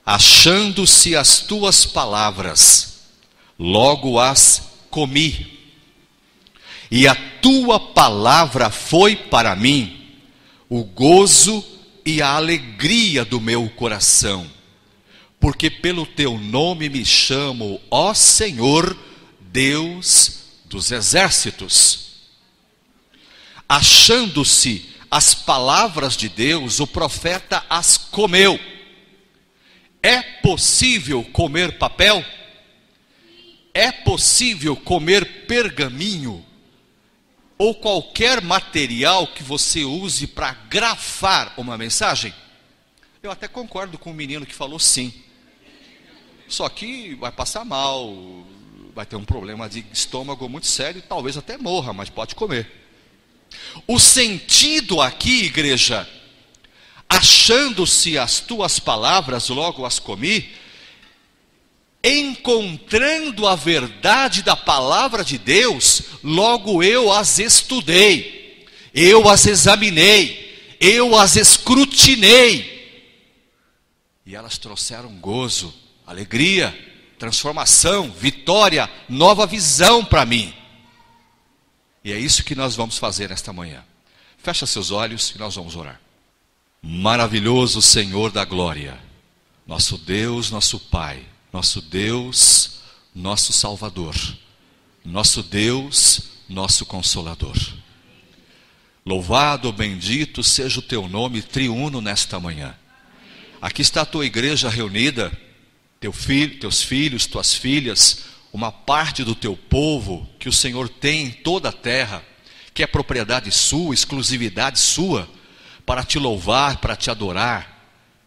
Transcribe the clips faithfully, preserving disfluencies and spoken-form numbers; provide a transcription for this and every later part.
Achando-se as tuas palavras, logo as comi. E a tua palavra foi para mim o gozo e a alegria do meu coração. Porque pelo teu nome me chamo, ó Senhor, Deus dos exércitos. Achando-se as palavras de Deus, o profeta as comeu. É possível comer papel? É possível comer pergaminho? Ou qualquer material que você use para grafar uma mensagem? Eu até concordo com o menino que falou sim. Só que vai passar mal, vai ter um problema de estômago muito sério, talvez até morra, mas pode comer. O sentido aqui, igreja, achando-se as tuas palavras, logo as comi, encontrando a verdade da palavra de Deus, logo eu as estudei, eu as examinei, eu as escrutinei, e elas trouxeram gozo, alegria, transformação, vitória, nova visão para mim. E é isso que nós vamos fazer nesta manhã. Fecha seus olhos e nós vamos orar. Maravilhoso Senhor da glória, nosso Deus, nosso Pai, nosso Deus, nosso Salvador, nosso Deus, nosso Consolador. Louvado, bendito seja o teu nome triuno nesta manhã. Aqui está a tua igreja reunida, teu filho, teus filhos, tuas filhas, uma parte do teu povo que o Senhor tem em toda a terra, que é propriedade sua, exclusividade sua, para te louvar, para te adorar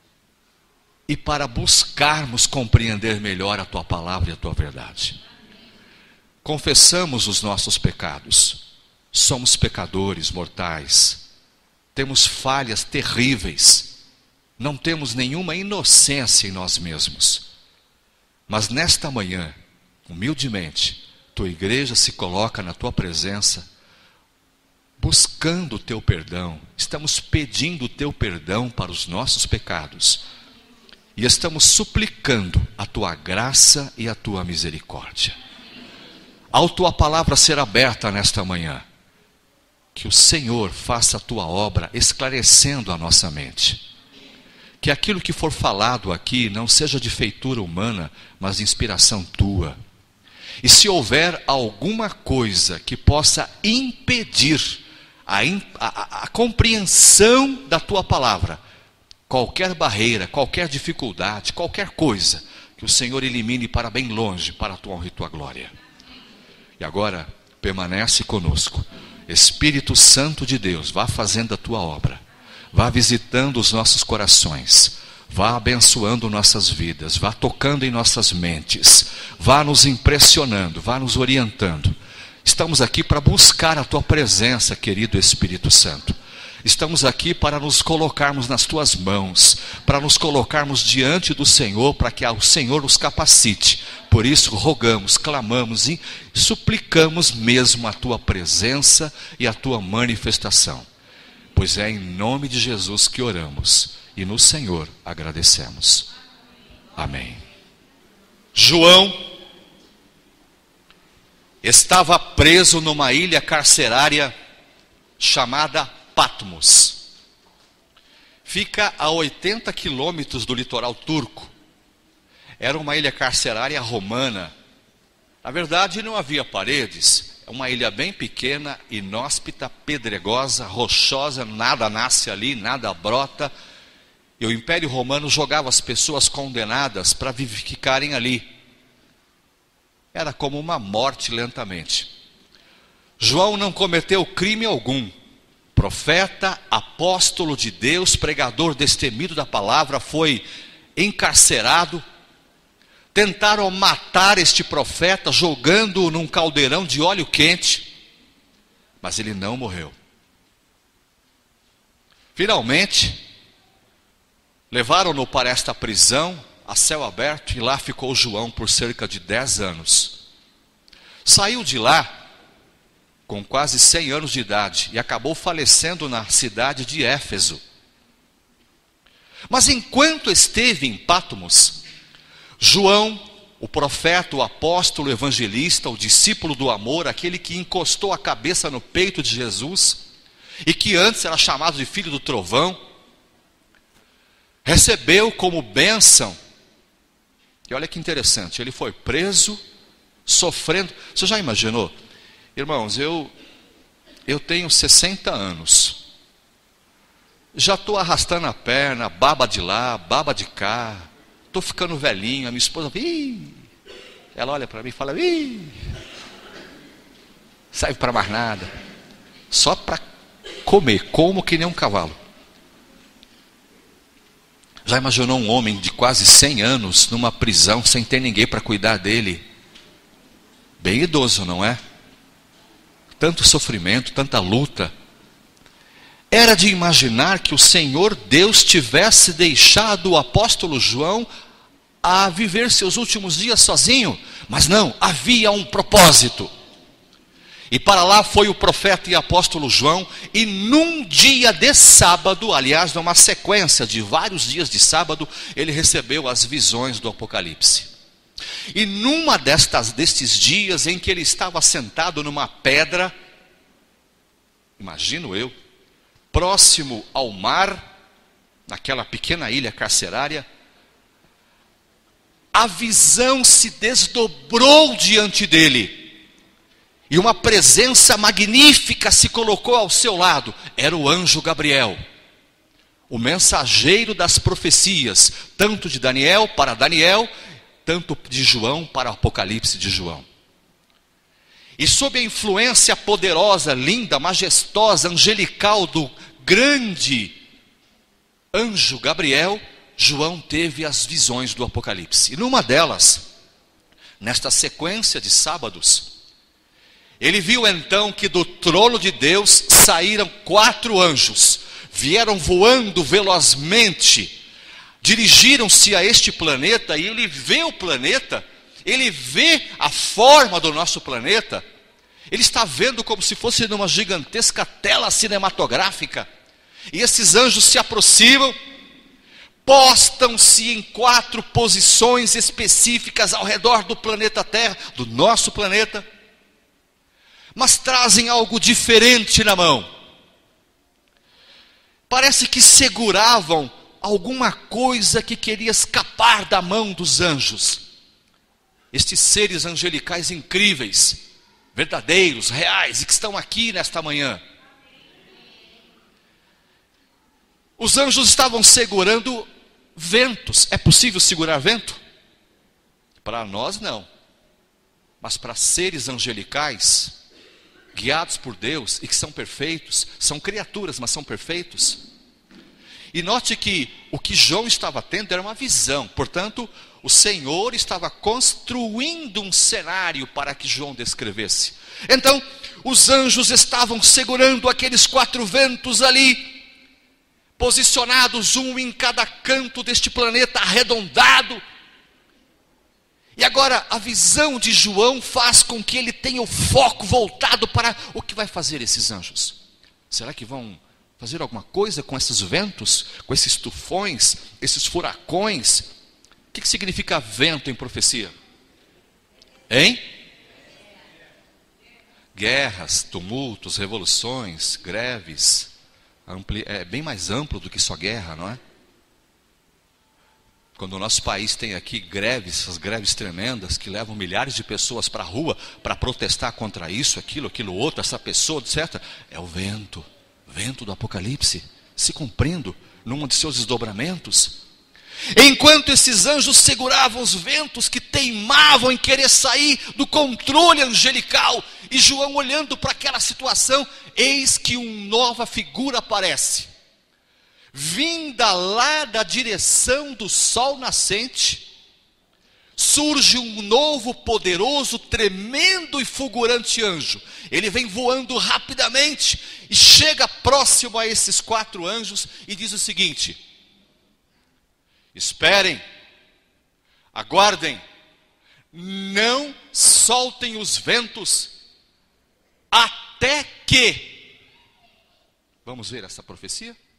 e para buscarmos compreender melhor a tua palavra e a tua verdade. Confessamos os nossos pecados, somos pecadores mortais, temos falhas terríveis, não temos nenhuma inocência em nós mesmos. Mas nesta manhã, humildemente, tua igreja se coloca na tua presença, buscando o teu perdão, estamos pedindo o teu perdão para os nossos pecados, e estamos suplicando a tua graça e a tua misericórdia. Ao tua palavra ser aberta nesta manhã, que o Senhor faça a tua obra esclarecendo a nossa mente. Que aquilo que for falado aqui não seja de feitura humana, mas de inspiração tua. E se houver alguma coisa que possa impedir a, a, a compreensão da tua palavra, qualquer barreira, qualquer dificuldade, qualquer coisa, que o Senhor elimine para bem longe, para a tua honra e tua glória. E agora, permanece conosco. Espírito Santo de Deus, vá fazendo a tua obra. Vá visitando os nossos corações, vá abençoando nossas vidas, vá tocando em nossas mentes, vá nos impressionando, vá nos orientando. Estamos aqui para buscar a tua presença, querido Espírito Santo. Estamos aqui para nos colocarmos nas tuas mãos, para nos colocarmos diante do Senhor, para que o Senhor nos capacite. Por isso rogamos, clamamos e suplicamos mesmo a tua presença e a tua manifestação. Pois é em nome de Jesus que oramos e no Senhor agradecemos. Amém. João estava preso numa ilha carcerária chamada Patmos. Fica a oitenta quilômetros do litoral turco. Era uma ilha carcerária romana. Na verdade não havia paredes. É uma ilha bem pequena, inóspita, pedregosa, rochosa, nada nasce ali, nada brota. E o Império Romano jogava as pessoas condenadas para ficarem ali. Era como uma morte lentamente. João não cometeu crime algum. Profeta, apóstolo de Deus, pregador destemido da palavra, foi encarcerado. Tentaram matar este profeta jogando-o num caldeirão de óleo quente, mas ele não morreu. Finalmente, levaram-no para esta prisão a céu aberto e lá ficou João por cerca de dez anos. Saiu de lá com quase cem anos de idade e acabou falecendo na cidade de Éfeso. Mas enquanto esteve em Pátimos, João, o profeta, o apóstolo, o evangelista, o discípulo do amor, aquele que encostou a cabeça no peito de Jesus, e que antes era chamado de filho do trovão, recebeu como bênção. E olha que interessante, ele foi preso, sofrendo. Você já imaginou? Irmãos, eu, eu tenho sessenta anos. Já estou arrastando a perna, baba de lá, baba de cá. Estou ficando velhinho, a minha esposa, ih, ela olha para mim e fala, ih, serve para mais nada. Só para comer, como que nem um cavalo. Já imaginou um homem de quase cem anos numa prisão sem ter ninguém para cuidar dele? Bem idoso, não é? Tanto sofrimento, tanta luta. Era de imaginar que o Senhor Deus tivesse deixado o apóstolo João a viver seus últimos dias sozinho. Mas não, havia um propósito. E para lá foi o profeta e apóstolo João, e num dia de sábado, aliás, numa sequência de vários dias de sábado, ele recebeu as visões do Apocalipse. E numa destas, destes dias em que ele estava sentado numa pedra, imagino eu, próximo ao mar, naquela pequena ilha carcerária, a visão se desdobrou diante dele, e uma presença magnífica se colocou ao seu lado. Era o anjo Gabriel, o mensageiro das profecias, tanto de Daniel para Daniel, tanto de João para o Apocalipse de João. E sob a influência poderosa, linda, majestosa, angelical do grande anjo Gabriel, João teve as visões do Apocalipse. E numa delas, nesta sequência de sábados, ele viu então que do trono de Deus saíram quatro anjos, vieram voando velozmente, dirigiram-se a este planeta, e ele vê o planeta, ele vê a forma do nosso planeta, ele está vendo como se fosse numa gigantesca tela cinematográfica, e esses anjos se aproximam, postam-se em quatro posições específicas ao redor do planeta Terra, do nosso planeta, mas trazem algo diferente na mão. Parece que seguravam alguma coisa que queria escapar da mão dos anjos. Estes seres angelicais incríveis, verdadeiros, reais, e que estão aqui nesta manhã. Os anjos estavam segurando ventos. É possível segurar vento? Para nós não. Mas para seres angelicais, guiados por Deus e que são perfeitos, são criaturas, mas são perfeitos. E note que o que João estava tendo era uma visão. Portanto, o Senhor estava construindo um cenário para que João descrevesse. Então, os anjos estavam segurando aqueles quatro ventos ali, posicionados um em cada canto deste planeta arredondado. E agora a visão de João faz com que ele tenha o foco voltado para o que vai fazer esses anjos. Será que vão fazer alguma coisa com esses ventos, com esses tufões, esses furacões? O que significa vento em profecia? Hein? Guerras, tumultos, revoluções, greves. Ampli... É bem mais amplo do que só guerra, não é? Quando o nosso país tem aqui greves, essas greves tremendas que levam milhares de pessoas para a rua para protestar contra isso, aquilo, aquilo outro, essa pessoa, etcétera. É o vento, vento do Apocalipse, se cumprindo num de seus desdobramentos. Enquanto esses anjos seguravam os ventos que teimavam em querer sair do controle angelical, e João olhando para aquela situação, eis que uma nova figura aparece. Vinda lá da direção do sol nascente, surge um novo, poderoso, tremendo e fulgurante anjo. Ele vem voando rapidamente e chega próximo a esses quatro anjos e diz o seguinte: esperem, aguardem, não soltem os ventos, até que... Vamos ver essa profecia?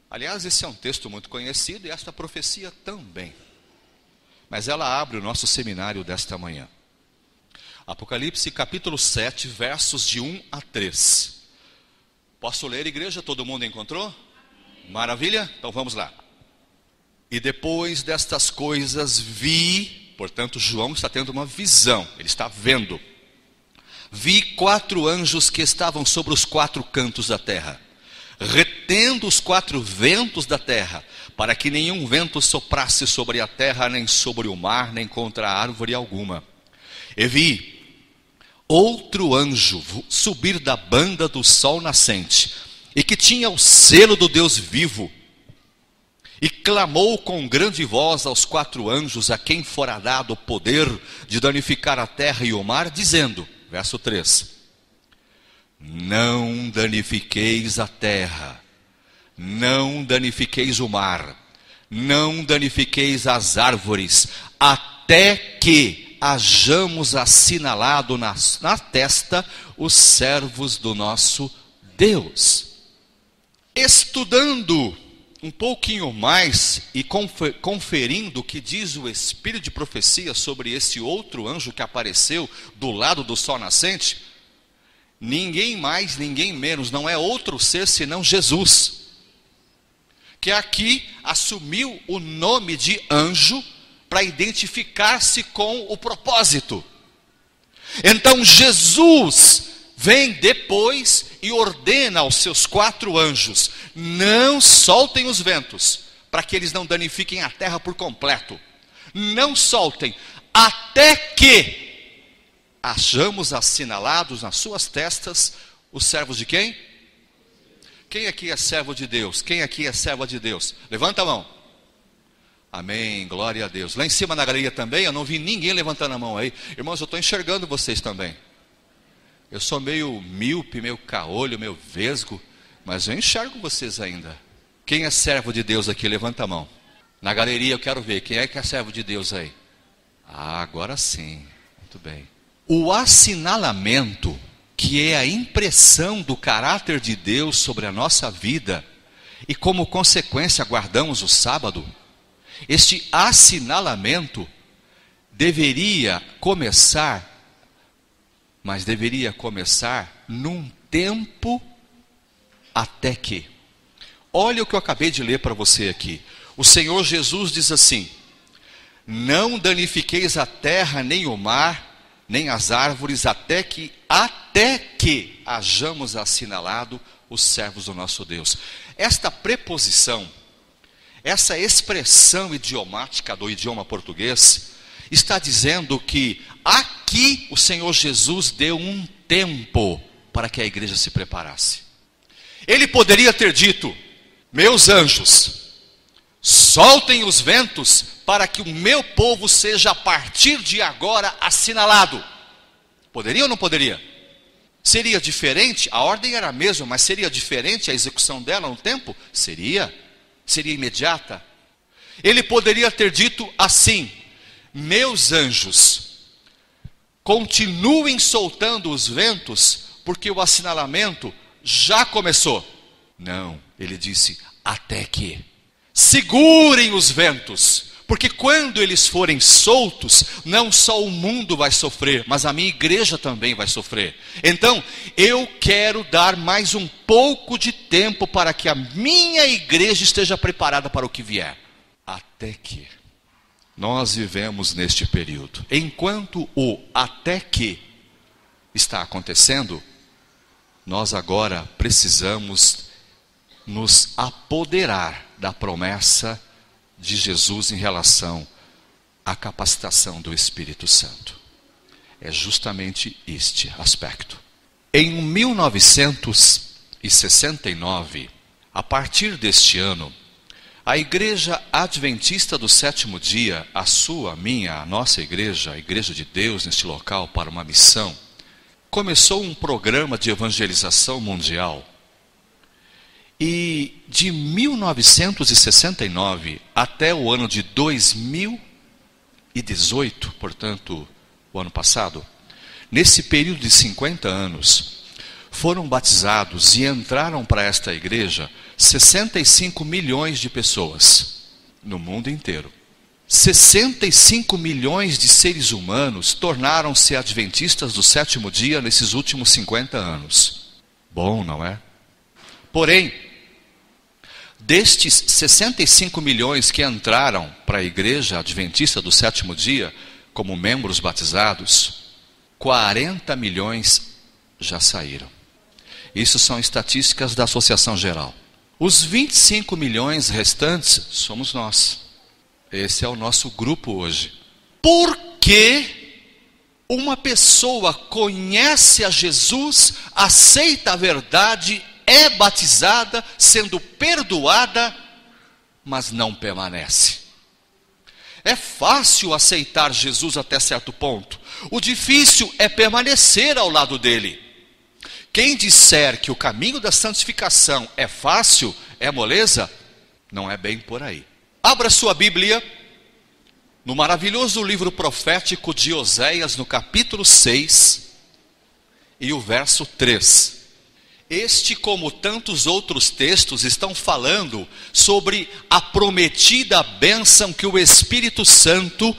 Aliás, esse é um texto muito conhecido e esta profecia também. Mas ela abre o nosso seminário desta manhã. Apocalipse capítulo sete, versos de um a três. Posso ler, igreja? Todo mundo encontrou? Maravilha? Então vamos lá. E depois destas coisas vi, portanto João está tendo uma visão, ele está vendo. Vi quatro anjos que estavam sobre os quatro cantos da terra, retendo os quatro ventos da terra, para que nenhum vento soprasse sobre a terra, nem sobre o mar, nem contra árvore alguma. E vi outro anjo subir da banda do sol nascente, e que tinha o selo do Deus vivo, e clamou com grande voz aos quatro anjos, a quem fora dado o poder de danificar a terra e o mar, dizendo, verso três, não danifiqueis a terra, não danifiqueis o mar, não danifiqueis as árvores, até que hajamos assinalado na, na testa os servos do nosso Deus. Estudando um pouquinho mais e conferindo o que diz o Espírito de profecia sobre esse outro anjo que apareceu do lado do sol nascente, ninguém mais, ninguém menos, não é outro ser senão Jesus, que aqui assumiu o nome de anjo para identificar-se com o propósito. Então Jesus vem depois e ordena aos seus quatro anjos, não soltem os ventos, para que eles não danifiquem a terra por completo. Não soltem, até que achamos assinalados nas suas testas os servos de quem? Quem aqui é servo de Deus? Quem aqui é serva de Deus? Levanta a mão. Amém, glória a Deus. Lá em cima na galeria também, eu não vi ninguém levantando a mão aí. Irmãos, eu estou enxergando vocês também. Eu sou meio míope, meio caolho, meio vesgo, mas eu enxergo vocês ainda. Quem é servo de Deus aqui? Levanta a mão. Na galeria eu quero ver, quem é que é servo de Deus aí? Ah, agora sim, muito bem. O assinalamento, que é a impressão do caráter de Deus sobre a nossa vida, e como consequência guardamos o sábado, este assinalamento deveria começar, mas deveria começar num tempo até que. Olha o que eu acabei de ler para você aqui. O Senhor Jesus diz assim, não danifiqueis a terra, nem o mar, nem as árvores, até que, até que hajamos assinalado os servos do nosso Deus. Esta preposição, essa expressão idiomática do idioma português, está dizendo que aqui o Senhor Jesus deu um tempo para que a igreja se preparasse. Ele poderia ter dito, meus anjos, soltem os ventos para que o meu povo seja a partir de agora assinalado. Poderia ou não poderia? Seria diferente? A ordem era a mesma, mas seria diferente a execução dela no tempo? Seria. Seria imediata. Ele poderia ter dito assim, meus anjos, continuem soltando os ventos, porque o assinalamento já começou. Não, ele disse, até que. Segurem os ventos, porque quando eles forem soltos, não só o mundo vai sofrer, mas a minha igreja também vai sofrer. Então, eu quero dar mais um pouco de tempo para que a minha igreja esteja preparada para o que vier. Até que. Nós vivemos neste período. Enquanto o até que está acontecendo, nós agora precisamos nos apoderar da promessa de Jesus em relação à capacitação do Espírito Santo. É justamente este aspecto. Em mil novecentos e sessenta e nove, a partir deste ano, a Igreja Adventista do Sétimo Dia, a sua, a minha, a nossa igreja, a Igreja de Deus neste local para uma missão, começou um programa de evangelização mundial. E de mil novecentos e sessenta e nove até o ano de dois mil e dezoito, portanto, o ano passado, nesse período de cinquenta anos, foram batizados e entraram para esta igreja sessenta e cinco milhões de pessoas no mundo inteiro. sessenta e cinco milhões de seres humanos tornaram-se adventistas do sétimo dia nesses últimos cinquenta anos. Bom, não é? Porém, destes sessenta e cinco milhões que entraram para a igreja adventista do sétimo dia como membros batizados, quarenta milhões já saíram. Isso são estatísticas da Associação Geral. Os vinte e cinco milhões restantes somos nós. Esse é o nosso grupo hoje. Por que uma pessoa conhece a Jesus, aceita a verdade, é batizada, sendo perdoada, mas não permanece? É fácil aceitar Jesus até certo ponto. O difícil é permanecer ao lado dele. Quem disser que o caminho da santificação é fácil, é moleza, não é bem por aí. Abra sua Bíblia no maravilhoso livro profético de Oséias, no capítulo seis e o verso três. Este, como tantos outros textos, estão falando sobre a prometida bênção que o Espírito Santo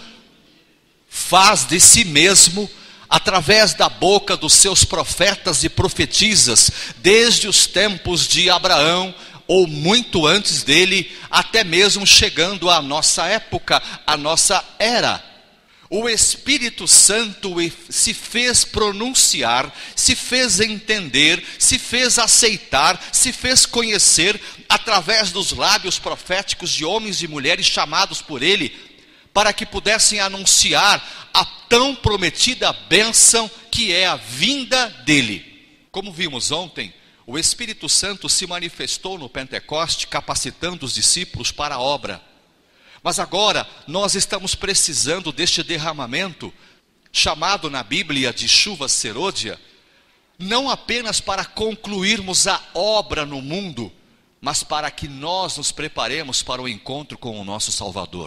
faz de si mesmo através da boca dos seus profetas e profetisas, desde os tempos de Abraão, ou muito antes dele, até mesmo chegando à nossa época, à nossa era. O Espírito Santo se fez pronunciar, se fez entender, se fez aceitar, se fez conhecer, através dos lábios proféticos de homens e mulheres chamados por ele, para que pudessem anunciar a tão prometida bênção que é a vinda dele. Como vimos ontem, o Espírito Santo se manifestou no Pentecoste, capacitando os discípulos para a obra. Mas agora nós estamos precisando deste derramamento, chamado na Bíblia de chuva serôdia, não apenas para concluirmos a obra no mundo, mas para que nós nos preparemos para o encontro com o nosso Salvador.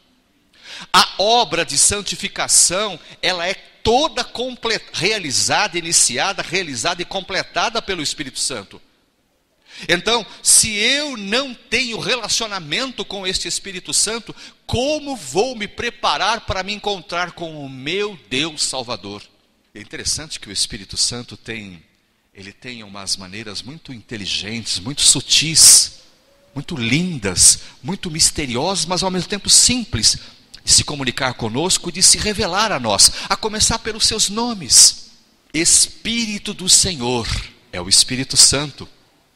A obra de santificação, ela é toda completa, realizada, iniciada, realizada e completada pelo Espírito Santo. Então, se eu não tenho relacionamento com este Espírito Santo, como vou me preparar para me encontrar com o meu Deus Salvador? É interessante que o Espírito Santo tem, ele tem umas maneiras muito inteligentes, muito sutis, muito lindas, muito misteriosas, mas ao mesmo tempo simples, de se comunicar conosco e de se revelar a nós, a começar pelos seus nomes. Espírito do Senhor é o Espírito Santo.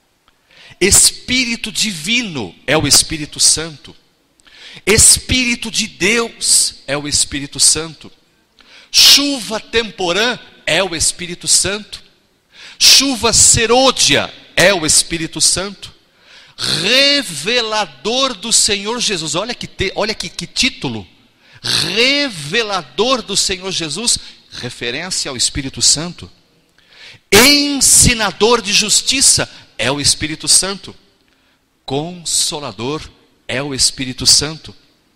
Espírito divino é o Espírito Santo. Espírito de Deus é o Espírito Santo. Chuva temporã é o Espírito Santo. Chuva serôdia é o Espírito Santo. Revelador do Senhor Jesus. Olha que, te, olha que, que título. Revelador do Senhor Jesus, referência ao Espírito Santo. Ensinador de justiça é o Espírito Santo. Consolador é o Espírito Santo.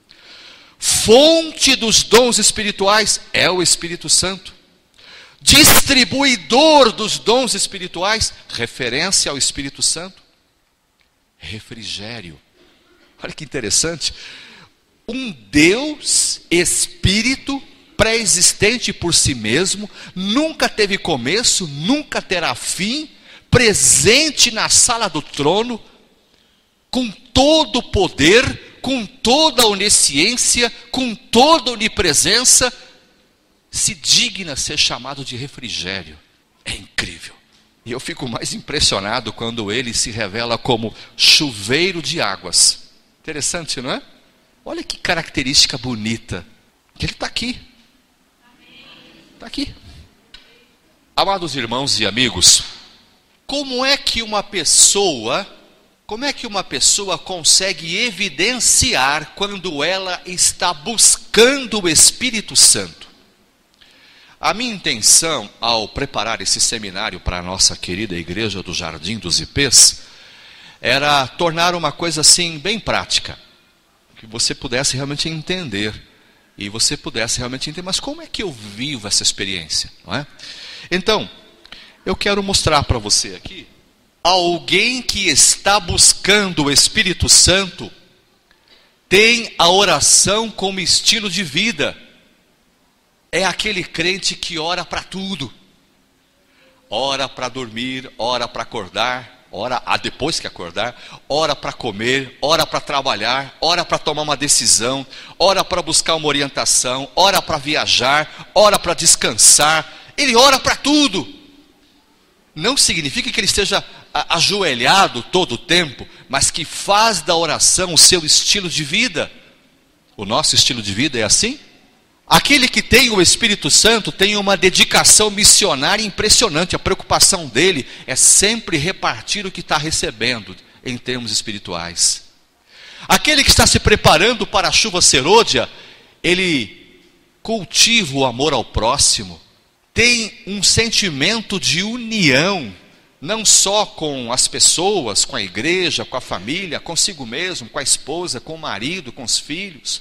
Fonte dos dons espirituais é o Espírito Santo. Distribuidor dos dons espirituais, referência ao Espírito Santo. Refrigério. Olha que interessante. Um Deus, Espírito, pré-existente por si mesmo, nunca teve começo, nunca terá fim, presente na sala do trono, com todo o poder, com toda a onisciência, com toda a onipresença, se digna ser chamado de refrigério. É incrível. E eu fico mais impressionado quando ele se revela como chuveiro de águas. Interessante, não é? Olha que característica bonita. Ele está aqui. Está aqui. Amados irmãos e amigos, como é que uma pessoa, como é que uma pessoa consegue evidenciar quando ela está buscando o Espírito Santo? A minha intenção ao preparar esse seminário para a nossa querida igreja do Jardim dos Ipês era tornar uma coisa assim bem prática, que você pudesse realmente entender, e você pudesse realmente entender, mas como é que eu vivo essa experiência, não é? Então, eu quero mostrar para você aqui Alguém que está buscando o Espírito Santo tem a oração como estilo de vida. É aquele crente que ora para tudo. Ora para dormir, ora para acordar, ora ah, depois que acordar, ora para comer, ora para trabalhar, ora para tomar uma decisão, ora para buscar uma orientação, ora para viajar, ora para descansar. Ele ora para tudo. Não significa que ele esteja ajoelhado todo o tempo, mas que faz da oração o seu estilo de vida. O nosso estilo de vida é assim? Aquele que tem o Espírito Santo tem uma dedicação missionária impressionante. A preocupação dele é sempre repartir o que está recebendo em termos espirituais. Aquele que está se preparando para a chuva serôdia, ele cultiva o amor ao próximo, tem um sentimento de união, não só com as pessoas, com a igreja, com a família, consigo mesmo, com a esposa, com o marido, com os filhos.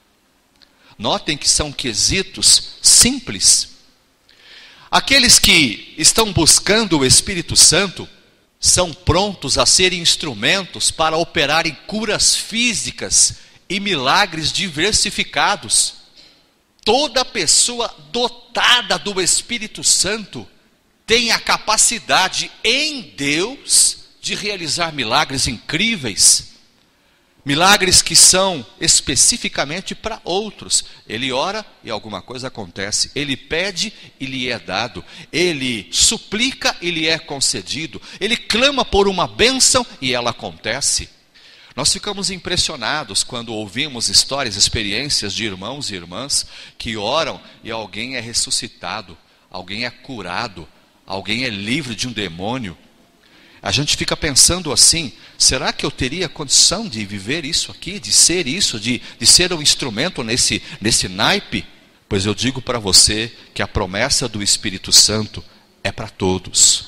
Notem que são quesitos simples. Aqueles que estão buscando o Espírito Santo são prontos a serem instrumentos para operarem curas físicas e milagres diversificados. Toda pessoa dotada do Espírito Santo tem a capacidade em Deus de realizar milagres incríveis. Milagres que são especificamente para outros. Ele ora e alguma coisa acontece. Ele pede e lhe é dado. Ele suplica e lhe é concedido. Ele clama por uma bênção e ela acontece. Nós ficamos impressionados quando ouvimos histórias, experiências de irmãos e irmãs que oram e alguém é ressuscitado, alguém é curado, alguém é livre de um demônio. A gente fica pensando assim, será que eu teria condição de viver isso aqui, de ser isso, de, de ser um instrumento nesse, nesse naipe? Pois eu digo para você que a promessa do Espírito Santo é para todos.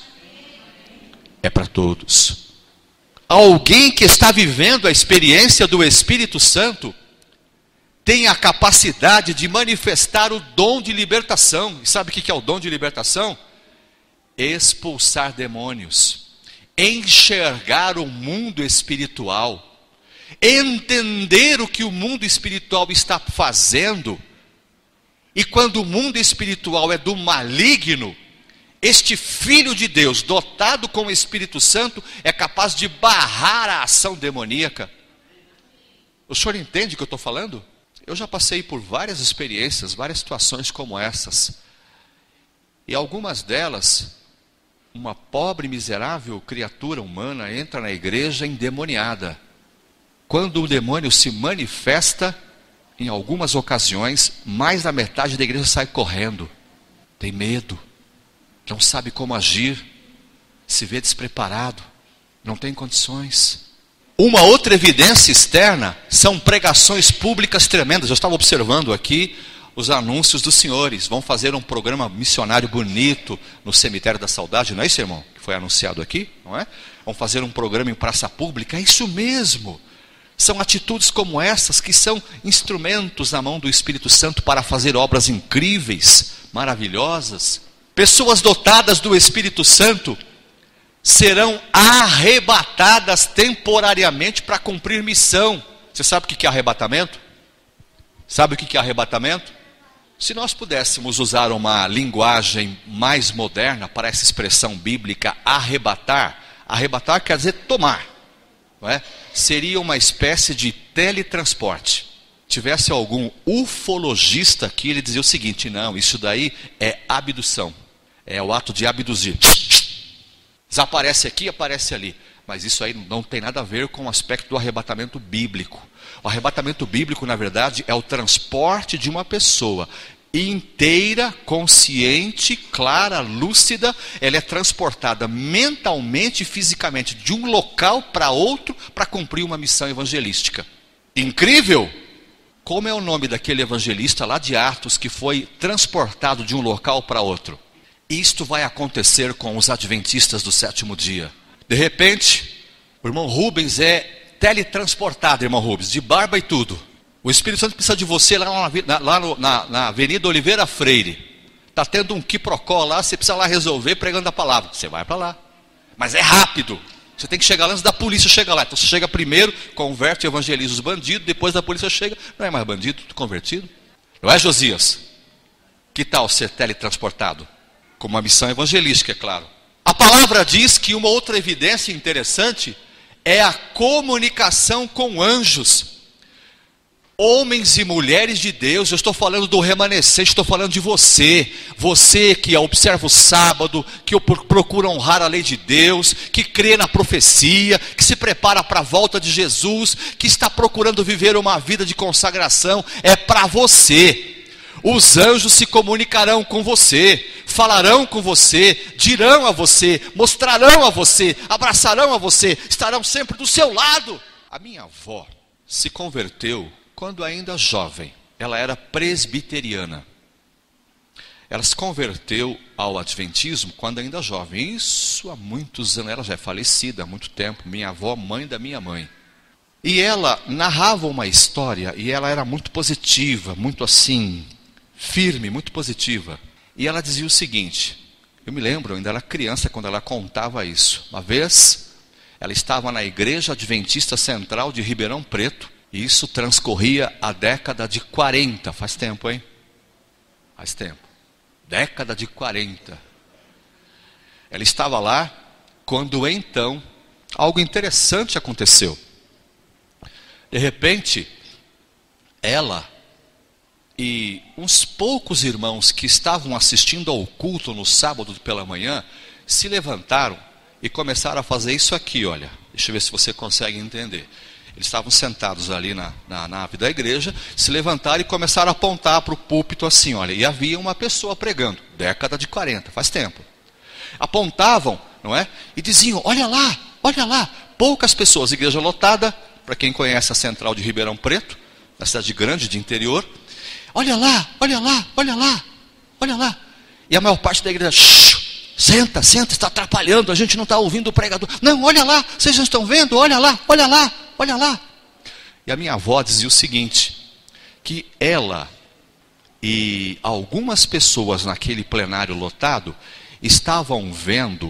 É para todos. Alguém que está vivendo a experiência do Espírito Santo tem a capacidade de manifestar o dom de libertação. E sabe o que é o dom de libertação? Expulsar demônios. Enxergar o mundo espiritual, entender o que o mundo espiritual está fazendo, e quando o mundo espiritual é do maligno, este Filho de Deus, dotado com o Espírito Santo, é capaz de barrar a ação demoníaca. O senhor entende o que eu estou falando? Eu já passei por várias experiências, várias situações como essas, e algumas delas, uma pobre, miserável criatura humana entra na igreja endemoniada. Quando o demônio se manifesta, em algumas ocasiões, mais da metade da igreja sai correndo. Tem medo, não sabe como agir, se vê despreparado, não tem condições. Uma outra evidência externa são pregações públicas tremendas. Eu estava observando aqui os anúncios dos senhores. Vão fazer um programa missionário bonito no Cemitério da Saudade, não é isso, irmão? Que foi anunciado aqui, não é? Vão fazer um programa em praça pública, é isso mesmo. São atitudes como essas que são instrumentos na mão do Espírito Santo para fazer obras incríveis, maravilhosas. Pessoas dotadas do Espírito Santo serão arrebatadas temporariamente para cumprir missão. Você sabe o que é arrebatamento? Sabe o que é arrebatamento? Se nós pudéssemos usar uma linguagem mais moderna para essa expressão bíblica, arrebatar, arrebatar quer dizer tomar, não é? Seria uma espécie de teletransporte. Tivesse algum ufologista aqui, ele dizia o seguinte: não, isso daí é abdução, é o ato de abduzir. Desaparece aqui, aparece ali. Mas isso aí não tem nada a ver com o aspecto do arrebatamento bíblico. O arrebatamento bíblico, na verdade, é o transporte de uma pessoa inteira, consciente, clara, lúcida. Ela é transportada mentalmente e fisicamente de um local para outro para cumprir uma missão evangelística. Incrível! Como é o nome daquele evangelista lá de Atos que foi transportado de um local para outro? Isto vai acontecer com os adventistas do sétimo dia. De repente, o irmão Rubens é teletransportado, irmão Rubens, de barba e tudo. O Espírito Santo precisa de você lá na, lá no, na, na Avenida Oliveira Freire. Está tendo um quiprocó lá, você precisa lá resolver pregando a palavra. Você vai para lá. Mas é rápido. Você tem que chegar lá antes da polícia chegar lá. Então você chega primeiro, converte e evangeliza os bandidos, depois da polícia chega, não é mais bandido, tudo convertido. Não é, Josias? Que tal ser teletransportado? Com uma missão evangelística, é claro. A palavra diz que uma outra evidência interessante é a comunicação com anjos. Homens e mulheres de Deus, eu estou falando do remanescente, estou falando de você. Você que observa o sábado, que procura honrar a lei de Deus, que crê na profecia, que se prepara para a volta de Jesus, que está procurando viver uma vida de consagração, é para você. Os anjos se comunicarão com você, falarão com você, dirão a você, mostrarão a você, abraçarão a você, estarão sempre do seu lado. A minha avó se converteu quando ainda jovem. Ela era presbiteriana. Ela se converteu ao adventismo quando ainda jovem. Isso há muitos anos. Ela já é falecida há muito tempo. Minha avó, mãe da minha mãe. E ela narrava uma história, e ela era muito positiva, muito assim, firme, muito positiva. E ela dizia o seguinte, eu me lembro, eu ainda era criança quando ela contava isso. Uma vez, ela estava na Igreja Adventista Central de Ribeirão Preto, e isso transcorria a década de quarenta, faz tempo, hein? Faz tempo. Década de quarenta. Ela estava lá quando então algo interessante aconteceu. De repente, ela e uns poucos irmãos que estavam assistindo ao culto no sábado pela manhã se levantaram e começaram a fazer isso aqui, olha. Deixa eu ver se você consegue entender. Eles estavam sentados ali na, na nave da igreja, se levantaram e começaram a apontar para o púlpito assim, olha. E havia uma pessoa pregando, década de quarenta, faz tempo. Apontavam, não é? E diziam, olha lá, olha lá. Poucas pessoas, igreja lotada, para quem conhece a central de Ribeirão Preto, na cidade grande de interior. Olha lá, olha lá, olha lá, olha lá. E a maior parte da igreja, senta, senta, está atrapalhando, a gente não está ouvindo o pregador. Não, olha lá, vocês não estão vendo? Olha lá, olha lá, olha lá. E a minha avó dizia o seguinte, que ela e algumas pessoas naquele plenário lotado estavam vendo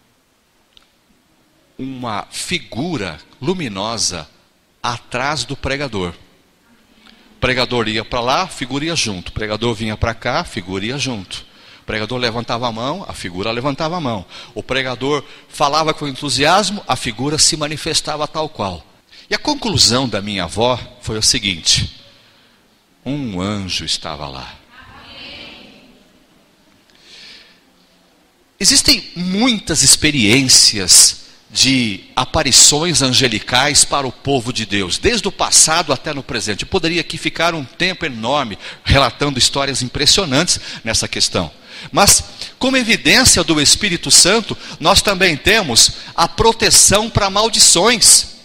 uma figura luminosa atrás do pregador. O pregador ia para lá, a figura ia junto. O pregador vinha para cá, a figura ia junto. O pregador levantava a mão, a figura levantava a mão. O pregador falava com entusiasmo, a figura se manifestava tal qual. E a conclusão da minha avó foi o seguinte: um anjo estava lá. Existem muitas experiências de aparições angelicais para o povo de Deus, desde o passado até no presente. Eu poderia aqui ficar um tempo enorme relatando histórias impressionantes nessa questão. Mas, como evidência do Espírito Santo, nós também temos a proteção para maldições.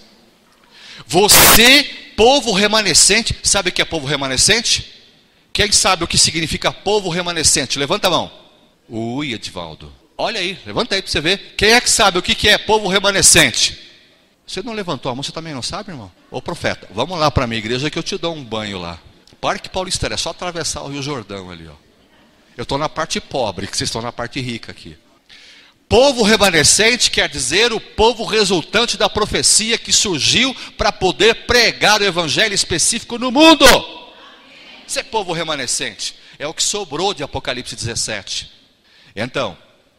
Você, povo remanescente, sabe o que é povo remanescente? Quem sabe o que significa povo remanescente? Levanta a mão. Ui, Edivaldo. Olha aí, levanta aí para você ver. Quem é que sabe o que é povo remanescente? Você não levantou a mão, você também não sabe, irmão? Ô profeta, vamos lá para a minha igreja que eu te dou um banho lá. Parque Paulista, é só atravessar o Rio Jordão ali, ó. Eu estou na parte pobre, que vocês estão na parte rica aqui. Povo remanescente quer dizer o povo resultante da profecia que surgiu para poder pregar o evangelho específico no mundo. Isso é povo remanescente. É o que sobrou de Apocalipse dezessete. Então,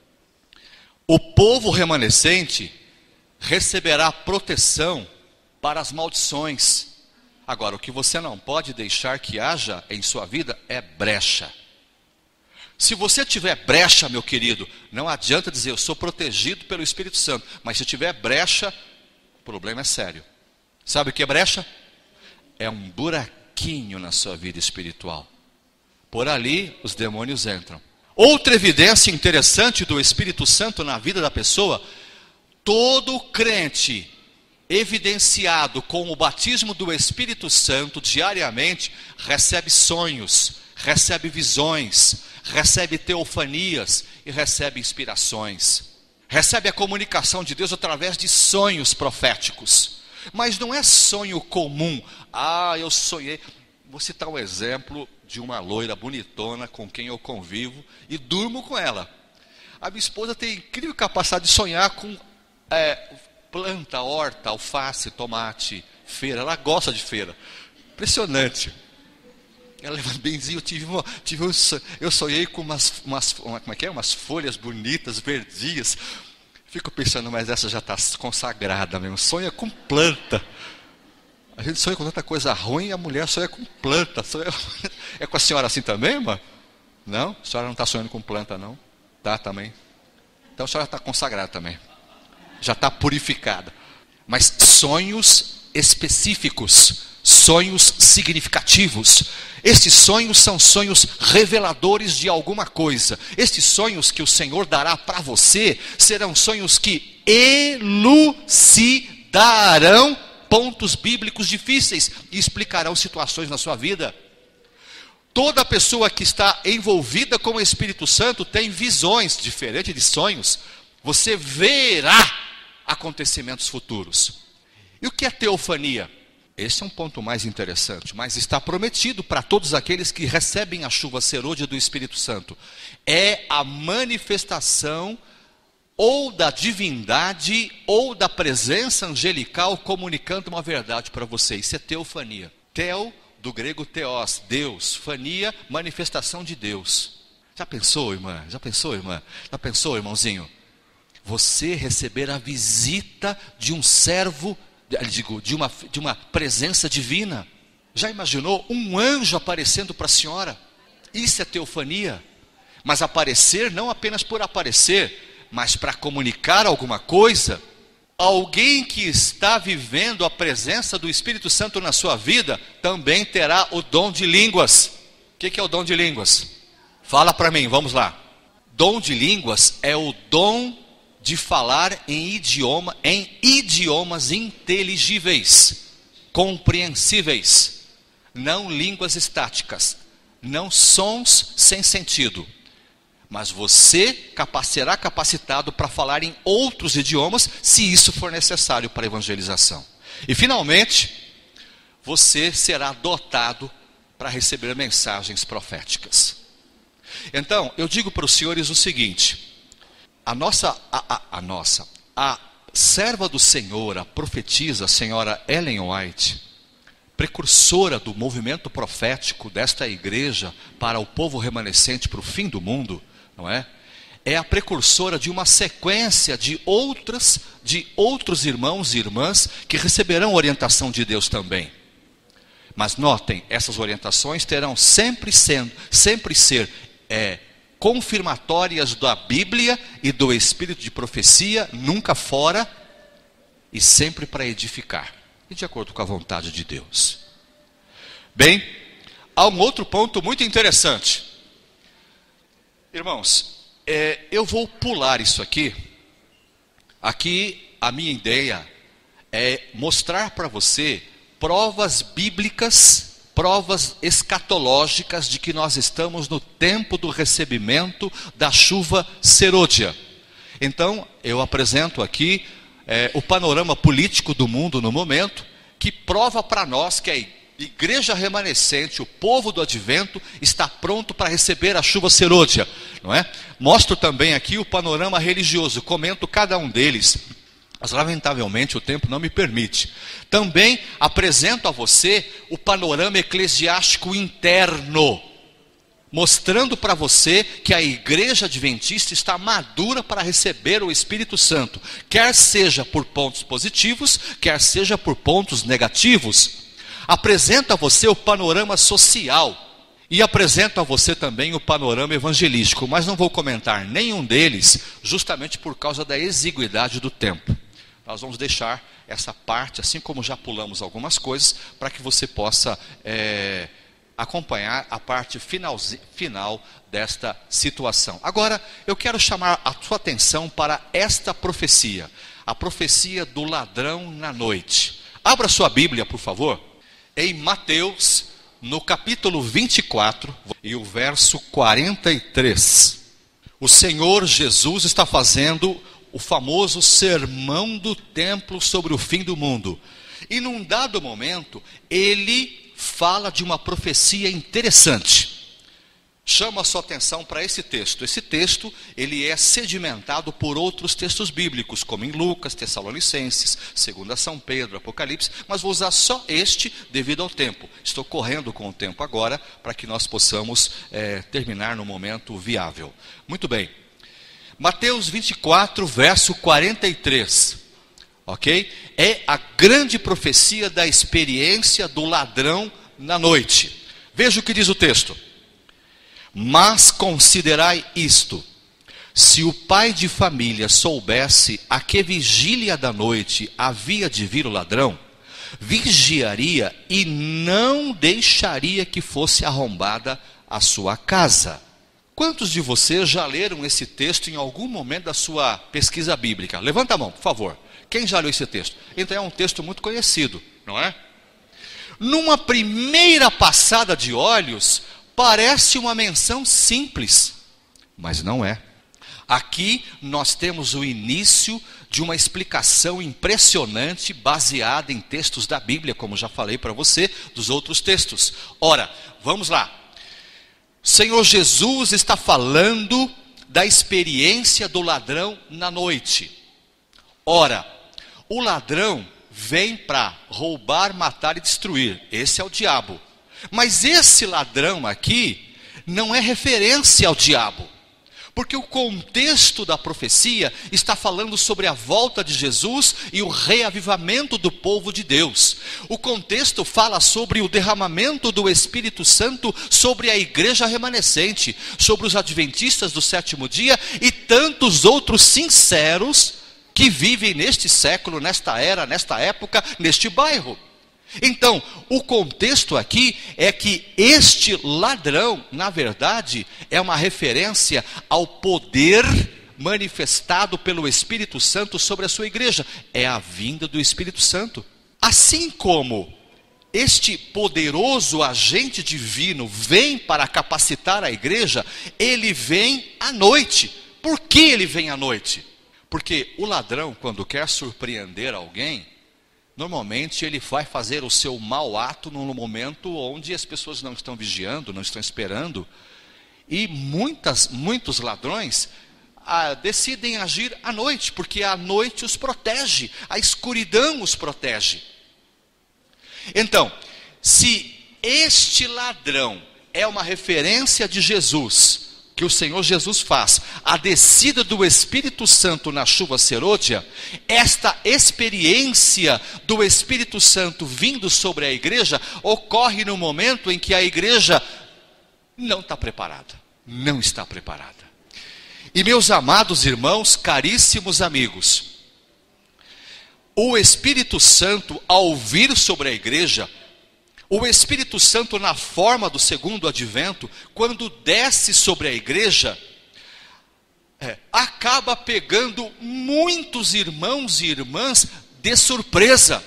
o povo remanescente receberá proteção para as maldições. Agora, o que você não pode deixar que haja em sua vida é brecha. Se você tiver brecha, meu querido, não adianta dizer eu sou protegido pelo Espírito Santo. Mas se tiver brecha, o problema é sério. Sabe o que é brecha? É um buraquinho na sua vida espiritual. Por ali os demônios entram. Outra evidência interessante do Espírito Santo na vida da pessoa: todo crente evidenciado com o batismo do Espírito Santo diariamente recebe sonhos, recebe visões, recebe teofanias e recebe inspirações. Recebe a comunicação de Deus através de sonhos proféticos. Mas não é sonho comum. Ah, eu sonhei. Vou citar um exemplo de uma loira bonitona com quem eu convivo e durmo com ela. A minha esposa tem incrível capacidade de sonhar com é, planta, horta, alface, tomate, feira. Ela gosta de feira. Impressionante. Ela leva benzinho, eu tive, uma, tive um, eu sonhei com umas, umas, uma, como é que é? umas folhas bonitas, verdinhas. Fico pensando, mas essa já está consagrada mesmo. Sonha com planta. A gente sonha com tanta coisa ruim e a mulher sonha com planta. Sonha... É com a senhora assim também, irmã? Não? A senhora não está sonhando com planta, não? Tá, também. Então a senhora está consagrada também. Já está purificada. Mas sonhos específicos, sonhos significativos. Estes sonhos são sonhos reveladores de alguma coisa. Estes sonhos que o Senhor dará para você serão sonhos que elucidarão pontos bíblicos difíceis e explicarão situações na sua vida. Toda pessoa que está envolvida com o Espírito Santo tem visões, diferente de sonhos. Você verá acontecimentos futuros. E o que é teofania? Esse é um ponto mais interessante, mas está prometido para todos aqueles que recebem a chuva serôdia do Espírito Santo. É a manifestação ou da divindade ou da presença angelical comunicando uma verdade para você. Isso é teofania. Teo, do grego theos, Deus. Fania, manifestação de Deus. Já pensou, irmã? Já pensou, irmã? Já pensou, irmãozinho? Você receber a visita de um servo, digo, de uma, de uma presença divina. Já imaginou um anjo aparecendo para a senhora? Isso é teofania. Mas aparecer não apenas por aparecer, mas para comunicar alguma coisa. Alguém que está vivendo a presença do Espírito Santo na sua vida também terá o dom de línguas. O que é o dom de línguas? Fala para mim, vamos lá. Dom de línguas é o dom de falar em idioma, em idiomas inteligíveis, compreensíveis, não línguas estáticas, não sons sem sentido. Mas você será capacitado para falar em outros idiomas, se isso for necessário para a evangelização. E finalmente, você será dotado para receber mensagens proféticas. Então, eu digo para os senhores o seguinte: a nossa, a, a, a nossa, a serva do Senhor, a profetisa, a senhora Ellen White, precursora do movimento profético desta igreja para o povo remanescente, para o fim do mundo, não é? É a precursora de uma sequência de outras, de outros irmãos e irmãs que receberão orientação de Deus também. Mas notem, essas orientações terão sempre sendo, sempre ser é, confirmatórias da Bíblia e do Espírito de profecia, nunca fora, e sempre para edificar, e de acordo com a vontade de Deus. Bem, há um outro ponto muito interessante. Irmãos, é, eu vou pular isso aqui. Aqui a minha ideia é mostrar para você provas bíblicas, provas escatológicas de que nós estamos no tempo do recebimento da chuva serôdia. Então, eu apresento aqui é, o panorama político do mundo no momento, que prova para nós que a igreja remanescente, o povo do advento, está pronto para receber a chuva serôdia, não é? Mostro também aqui o panorama religioso, comento cada um deles, mas lamentavelmente o tempo não me permite. Também apresento a você o panorama eclesiástico interno, mostrando para você que a igreja adventista está madura para receber o Espírito Santo, quer seja por pontos positivos, quer seja por pontos negativos. Apresento a você o panorama social e apresento a você também o panorama evangelístico, mas não vou comentar nenhum deles, justamente por causa da exiguidade do tempo. Nós vamos deixar essa parte, assim como já pulamos algumas coisas, para que você possa é, acompanhar a parte final, final desta situação. Agora, eu quero chamar a sua atenção para esta profecia, a profecia do ladrão na noite. Abra sua Bíblia, por favor, em Mateus, no capítulo vinte e quatro, e o verso quarenta e três. O Senhor Jesus está fazendo o famoso sermão do templo sobre o fim do mundo. E num dado momento, ele fala de uma profecia interessante. chamo a sua atenção para esse texto. Esse texto, ele é sedimentado por outros textos bíblicos, como em Lucas, Tessalonicenses, Segunda São Pedro, Apocalipse, mas vou usar só este devido ao tempo. Estou correndo com o tempo agora, para que nós possamos é, terminar no momento viável. Muito bem. Mateus vinte e quatro, verso quarenta e três. Ok? É a grande profecia da experiência do ladrão na noite. Veja o que diz o texto. Mas considerai isto: se o pai de família soubesse a que vigília da noite havia de vir o ladrão, vigiaria e não deixaria que fosse arrombada a sua casa. Quantos de vocês já leram esse texto em algum momento da sua pesquisa bíblica? Levanta a mão, por favor. Quem já leu esse texto? Então é um texto muito conhecido, não é? Numa primeira passada de olhos, parece uma menção simples, mas não é. Aqui nós temos o início de uma explicação impressionante, baseada em textos da Bíblia, como já falei para você, dos outros textos. Ora, vamos lá. O Senhor Jesus está falando da experiência do ladrão na noite. Ora, o ladrão vem para roubar, matar e destruir. Esse é o diabo. Mas esse ladrão aqui não é referência ao diabo. Porque o contexto da profecia está falando sobre a volta de Jesus e o reavivamento do povo de Deus. O contexto fala sobre o derramamento do Espírito Santo sobre a igreja remanescente, sobre os adventistas do sétimo dia e tantos outros sinceros que vivem neste século, nesta era, nesta época, neste bairro. Então, o contexto aqui é que este ladrão, na verdade, é uma referência ao poder manifestado pelo Espírito Santo sobre a sua igreja. É a vinda do Espírito Santo. Assim como este poderoso agente divino vem para capacitar a igreja, ele vem à noite. Por que ele vem à noite? Porque o ladrão, quando quer surpreender alguém, normalmente ele vai fazer o seu mau ato num momento onde as pessoas não estão vigiando, não estão esperando. E muitas, muitos ladrões ah, decidem agir à noite, porque a noite os protege, a escuridão os protege. Então, se este ladrão é uma referência de Jesus, que o Senhor Jesus faz, a descida do Espírito Santo na chuva serôdia, esta experiência do Espírito Santo vindo sobre a igreja, ocorre no momento em que a igreja não está preparada, não está preparada. E meus amados irmãos, caríssimos amigos, o Espírito Santo ao vir sobre a igreja, o Espírito Santo na forma do segundo advento, quando desce sobre a igreja, é, acaba pegando muitos irmãos e irmãs de surpresa.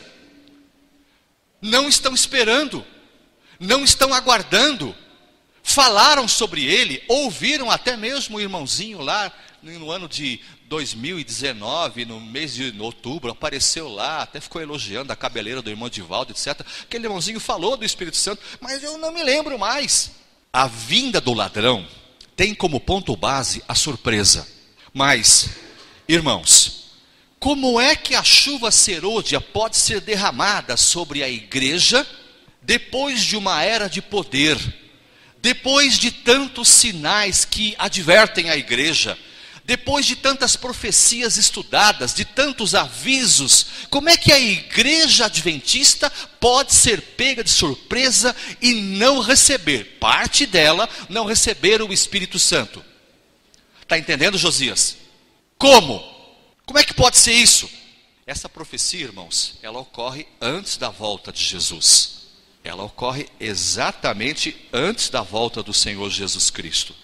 Não estão esperando, não estão aguardando. Falaram sobre ele, ouviram até mesmo o irmãozinho lá no ano de dois mil e dezenove, no mês de outubro, apareceu lá, até ficou elogiando a cabeleira do irmão Divaldo, etcétera. Aquele irmãozinho falou do Espírito Santo, mas eu não me lembro mais. A vinda do ladrão tem como ponto base a surpresa. Mas, irmãos, como é que a chuva serôdia pode ser derramada sobre a igreja depois de uma era de poder, depois de tantos sinais que advertem a igreja, depois de tantas profecias estudadas, de tantos avisos? Como é que a igreja adventista pode ser pega de surpresa e não receber, parte dela, não receber o Espírito Santo? Está entendendo, Josias? Como? Como é que pode ser isso? Essa profecia, irmãos, ela ocorre antes da volta de Jesus. Ela ocorre exatamente antes da volta do Senhor Jesus Cristo.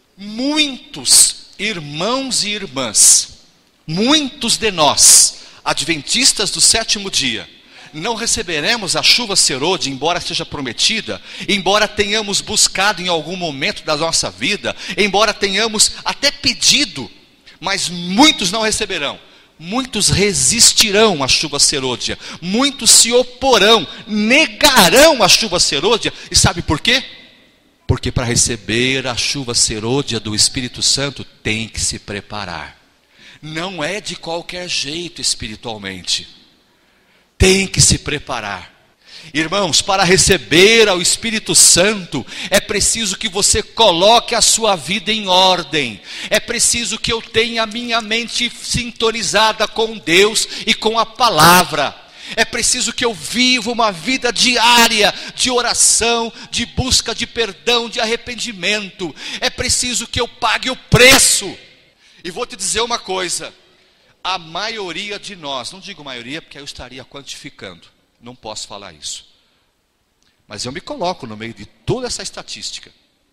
Muitos irmãos e irmãs, muitos de nós, adventistas do sétimo dia, não receberemos a chuva serôdia, embora seja prometida, embora tenhamos buscado em algum momento da nossa vida, embora tenhamos até pedido, mas muitos não receberão. Muitos resistirão à chuva serôdia, muitos se oporão, negarão a chuva serôdia. E sabe por quê? Porque para receber a chuva serôdia do Espírito Santo, tem que se preparar. Não é de qualquer jeito espiritualmente. Tem que se preparar. Irmãos, para receber ao Espírito Santo, é preciso que você coloque a sua vida em ordem. É preciso que eu tenha a minha mente sintonizada com Deus e com a palavra. É preciso que eu viva uma vida diária de oração, de busca de perdão, de arrependimento. É preciso que eu pague o preço. E vou te dizer uma coisa, a maioria de nós, não digo maioria porque eu estaria quantificando, não posso falar isso. Mas eu me coloco no meio de toda essa estatística.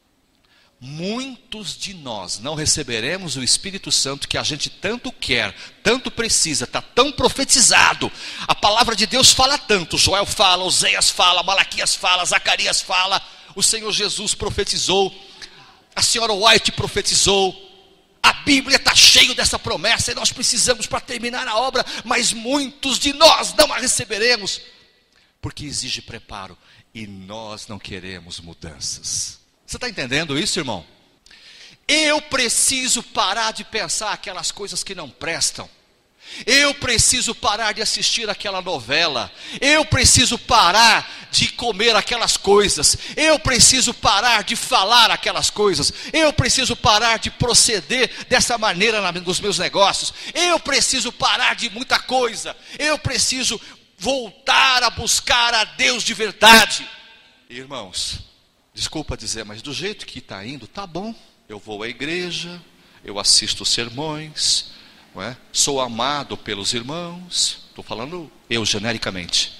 Muitos de nós não receberemos o Espírito Santo que a gente tanto quer, tanto precisa, está tão profetizado. A palavra de Deus fala tanto, Joel fala, Oséias fala, Malaquias fala, Zacarias fala, o Senhor Jesus profetizou, a senhora White profetizou, a Bíblia está cheia dessa promessa e nós precisamos para terminar a obra, mas muitos de nós não a receberemos, porque exige preparo e nós não queremos mudanças. Você está entendendo isso, irmão? Eu preciso parar de pensar aquelas coisas que não prestam. Eu preciso parar de assistir aquela novela. Eu preciso parar de comer aquelas coisas. Eu preciso parar de falar aquelas coisas. Eu preciso parar de proceder dessa maneira nos meus negócios. Eu preciso parar de muita coisa. Eu preciso voltar a buscar a Deus de verdade. Irmãos, desculpa dizer, mas do jeito que está indo, tá bom. Eu vou à igreja, eu assisto sermões, não é? Sou amado pelos irmãos, estou falando eu genericamente.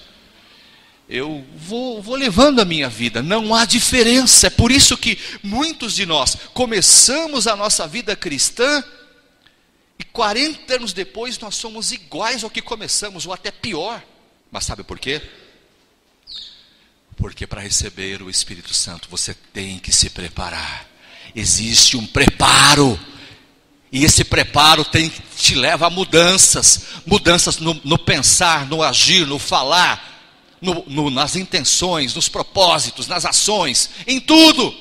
Eu vou, vou levando a minha vida, não há diferença. É por isso que muitos de nós começamos a nossa vida cristã e quarenta anos depois nós somos iguais ao que começamos, ou até pior. Mas sabe por quê? Porque para receber o Espírito Santo você tem que se preparar. Existe um preparo. E esse preparo tem, te leva a mudanças. Mudanças no, no pensar, no agir, no falar, no, no, nas intenções, nos propósitos, nas ações, em tudo.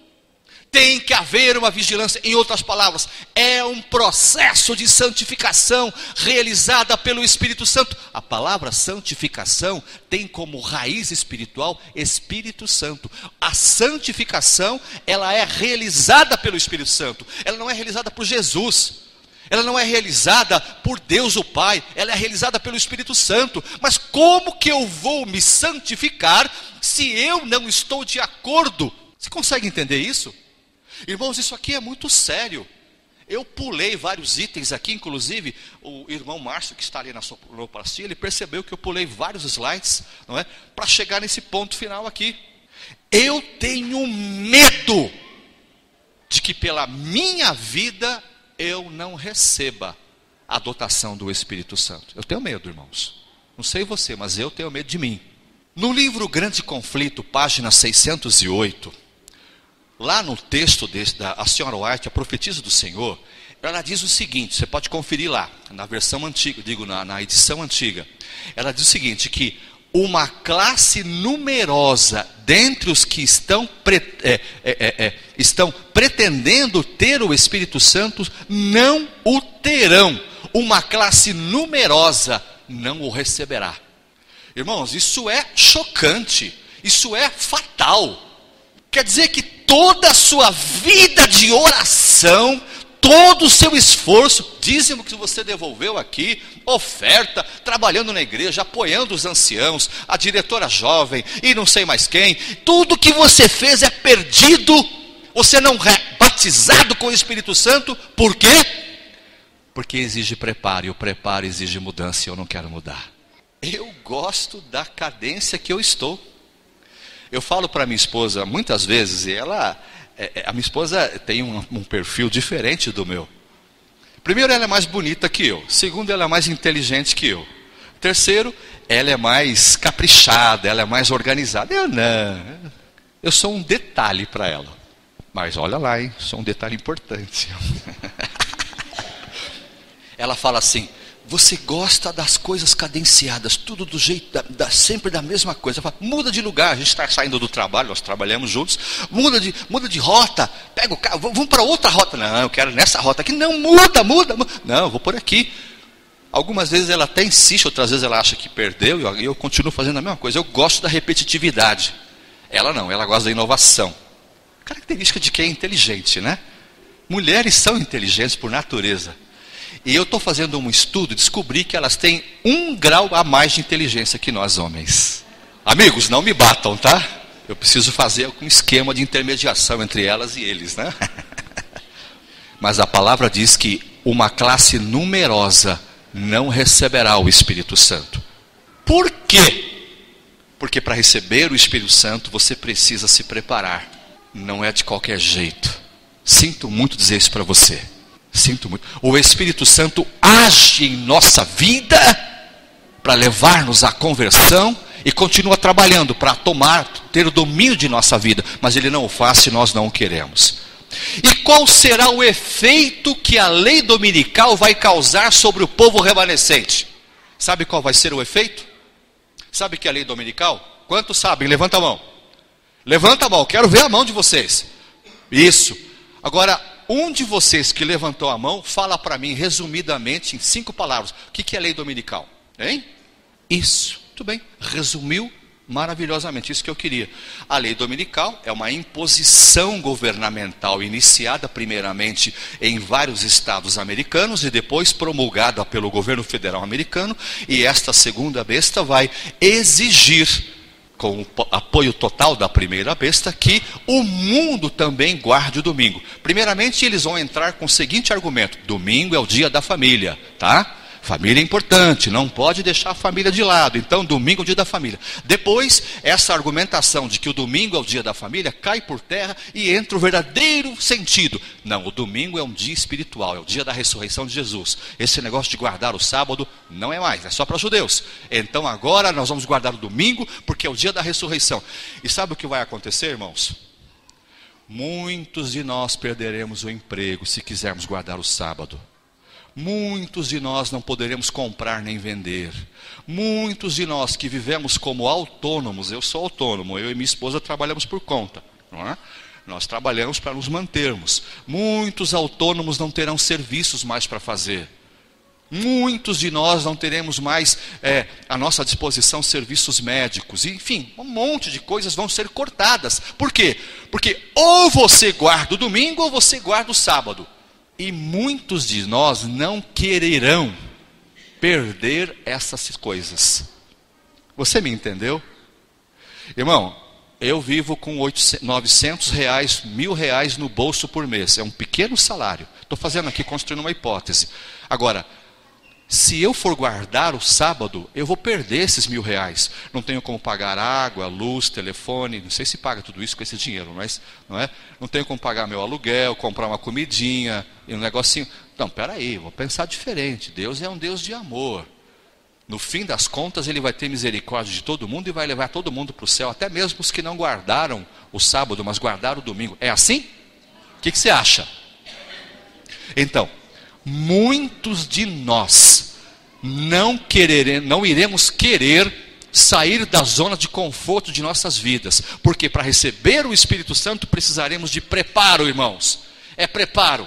Tem que haver uma vigilância. Em outras palavras, é um processo de santificação realizada pelo Espírito Santo. A palavra santificação tem como raiz espiritual Espírito Santo. A santificação, ela é realizada pelo Espírito Santo. Ela não é realizada por Jesus. Ela não é realizada por Deus o Pai. Ela é realizada pelo Espírito Santo. Mas como que eu vou me santificar se eu não estou de acordo? Você consegue entender isso? Irmãos, isso aqui é muito sério. Eu pulei vários itens aqui, inclusive o irmão Márcio, que está ali na sonoplastia, ele percebeu que eu pulei vários slides, não é? Para chegar nesse ponto final aqui. Eu tenho medo de que pela minha vida eu não receba a dotação do Espírito Santo. Eu tenho medo, irmãos. Não sei você, mas eu tenho medo de mim. No livro Grande Conflito, página seiscentos e oito, lá no texto desse, da a senhora White, a profetisa do Senhor, ela diz o seguinte, você pode conferir lá, na versão antiga, digo, na, na edição antiga. Ela diz o seguinte, que uma classe numerosa dentre os que estão, pre, é, é, é, é, estão pretendendo ter o Espírito Santo, não o terão. Uma classe numerosa não o receberá. Irmãos, isso é chocante, isso é fatal. Quer dizer que toda a sua vida de oração, todo o seu esforço, dízimo que você devolveu aqui, oferta, trabalhando na igreja, apoiando os anciãos, a diretora jovem e não sei mais quem, tudo que você fez é perdido, você não é batizado com o Espírito Santo, por quê? Porque exige preparo, e o preparo exige mudança, e eu não quero mudar. Eu gosto da cadência que eu estou. Eu falo para minha esposa muitas vezes, e ela, é, a minha esposa tem um, um perfil diferente do meu. Primeiro, ela é mais bonita que eu. Segundo, ela é mais inteligente que eu. Terceiro, ela é mais caprichada, ela é mais organizada. Eu não, eu sou um detalhe para ela. Mas olha lá, hein, sou um detalhe importante. Ela fala assim, Você gosta das coisas cadenciadas, tudo do jeito, da, da, sempre da mesma coisa. Fala, muda de lugar, a gente está saindo do trabalho, nós trabalhamos juntos. Muda de, muda de rota, pega o carro, vamos para outra rota. Não, eu quero nessa rota aqui. Não, muda, muda, muda. Não, eu vou por aqui. Algumas vezes ela até insiste, outras vezes ela acha que perdeu e eu, eu continuo fazendo a mesma coisa. Eu gosto da repetitividade. Ela não, ela gosta da inovação. Característica de quem é inteligente, né? Mulheres são inteligentes por natureza. E eu estou fazendo um estudo e descobri que elas têm um grau a mais de inteligência que nós homens. Amigos, não me batam, tá? Eu preciso fazer um esquema de intermediação entre elas e eles, né? Mas a palavra diz que uma classe numerosa não receberá o Espírito Santo. Por quê? Porque para receber o Espírito Santo você precisa se preparar. Não é de qualquer jeito. Sinto muito dizer isso para você. Sinto muito. O Espírito Santo age em nossa vida para levar-nos à conversão e continua trabalhando para tomar, ter o domínio de nossa vida, mas Ele não o faz se nós não o queremos. E qual será o efeito que a lei dominical vai causar sobre o povo remanescente? Sabe qual vai ser o efeito? Sabe que a lei dominical? Quantos sabem? Levanta a mão. Levanta a mão, quero ver a mão de vocês. Isso. Agora, um de vocês que levantou a mão, fala para mim, resumidamente, em cinco palavras, o que é lei dominical? Hein? Isso, muito bem, resumiu maravilhosamente, isso que eu queria. A lei dominical é uma imposição governamental, iniciada primeiramente em vários estados americanos, e depois promulgada pelo governo federal americano, e esta segunda besta vai exigir, com o apoio total da primeira besta, que o mundo também guarde o domingo. Primeiramente, eles vão entrar com o seguinte argumento: domingo é o dia da família, tá? Família é importante, não pode deixar a família de lado, então domingo é o dia da família. Depois, essa argumentação de que o domingo é o dia da família cai por terra e entra o verdadeiro sentido. Não, o domingo é um dia espiritual, é o dia da ressurreição de Jesus. Esse negócio de guardar o sábado não é mais, é só para os judeus. Então agora nós vamos guardar o domingo porque é o dia da ressurreição. E sabe o que vai acontecer, irmãos? Muitos de nós perderemos o emprego se quisermos guardar o sábado. Muitos de nós não poderemos comprar nem vender. Muitos de nós que vivemos como autônomos, eu sou autônomo, eu e minha esposa trabalhamos por conta, não é? Nós trabalhamos para nos mantermos. Muitos autônomos não terão serviços mais para fazer. Muitos de nós não teremos mais é, à nossa disposição serviços médicos. Enfim, um monte de coisas vão ser cortadas. Por quê? Porque ou você guarda o domingo ou você guarda o sábado. E muitos de nós não quererão perder essas coisas. Você me entendeu? Irmão, eu vivo com oitocentos, novecentos reais, mil reais no bolso por mês. É um pequeno salário. Estou fazendo aqui, construindo uma hipótese. Agora, se eu for guardar o sábado, eu vou perder esses mil reais. Não tenho como pagar água, luz, telefone. Não sei se paga tudo isso com esse dinheiro, mas não é? Não tenho como pagar meu aluguel, comprar uma comidinha e um negocinho. Não, peraí, vou pensar diferente. Deus é um Deus de amor. No fim das contas, Ele vai ter misericórdia de todo mundo e vai levar todo mundo para o céu. Até mesmo os que não guardaram o sábado, mas guardaram o domingo. É assim? O que, que você acha? Então, muitos de nós não quereremos, não iremos querer sair da zona de conforto de nossas vidas, porque para receber o Espírito Santo precisaremos de preparo, irmãos. É preparo,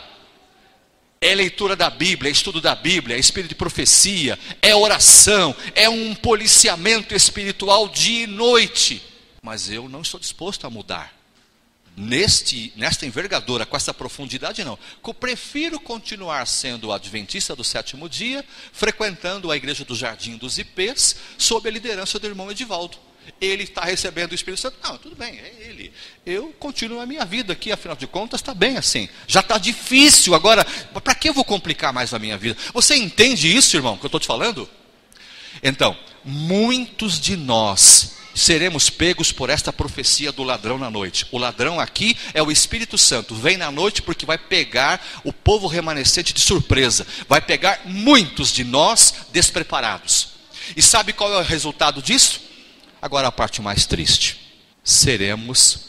é leitura da Bíblia, é estudo da Bíblia, é espírito de profecia, é oração, é um policiamento espiritual dia e noite. Mas eu não estou disposto a mudar. Neste, nesta envergadura, com essa profundidade, não. Eu prefiro continuar sendo adventista do sétimo dia, frequentando a igreja do Jardim dos Ipês, sob a liderança do irmão Edivaldo. Ele está recebendo o Espírito Santo. Não, tudo bem, é ele. Eu continuo a minha vida aqui, afinal de contas, está bem assim. Já está difícil, agora, para que eu vou complicar mais a minha vida? Você entende isso, irmão, que eu estou te falando? Então, muitos de nós seremos pegos por esta profecia do ladrão na noite. O ladrão aqui é o Espírito Santo. Vem na noite porque vai pegar o povo remanescente de surpresa. Vai pegar muitos de nós despreparados. E sabe qual é o resultado disso? Agora a parte mais triste. Seremos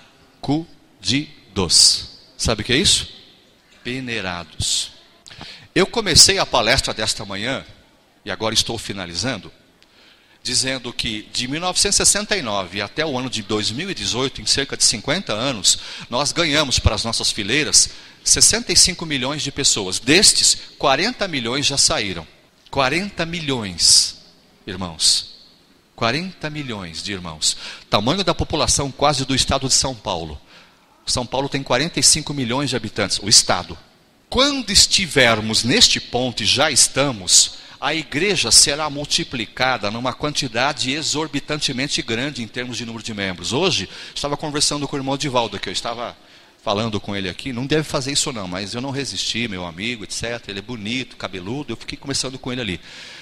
sacudidos. Sabe o que é isso? Peneirados. Eu comecei a palestra desta manhã, e agora estou finalizando, dizendo que de mil novecentos e sessenta e nove até o ano de dois mil e dezoito, em cerca de cinquenta anos, nós ganhamos para as nossas fileiras sessenta e cinco milhões de pessoas. Destes, quarenta milhões já saíram. quarenta milhões, irmãos. quarenta milhões de irmãos. Tamanho da população quase do estado de São Paulo. São Paulo tem quarenta e cinco milhões de habitantes, o estado. Quando estivermos neste ponto, e já estamos, a igreja será multiplicada numa quantidade exorbitantemente grande em termos de número de membros. Hoje, estava conversando com o irmão Divaldo, que eu estava falando com ele aqui, não deve fazer isso não, mas eu não resisti, meu amigo, etcétera. Ele é bonito, cabeludo, eu fiquei conversando com ele ali.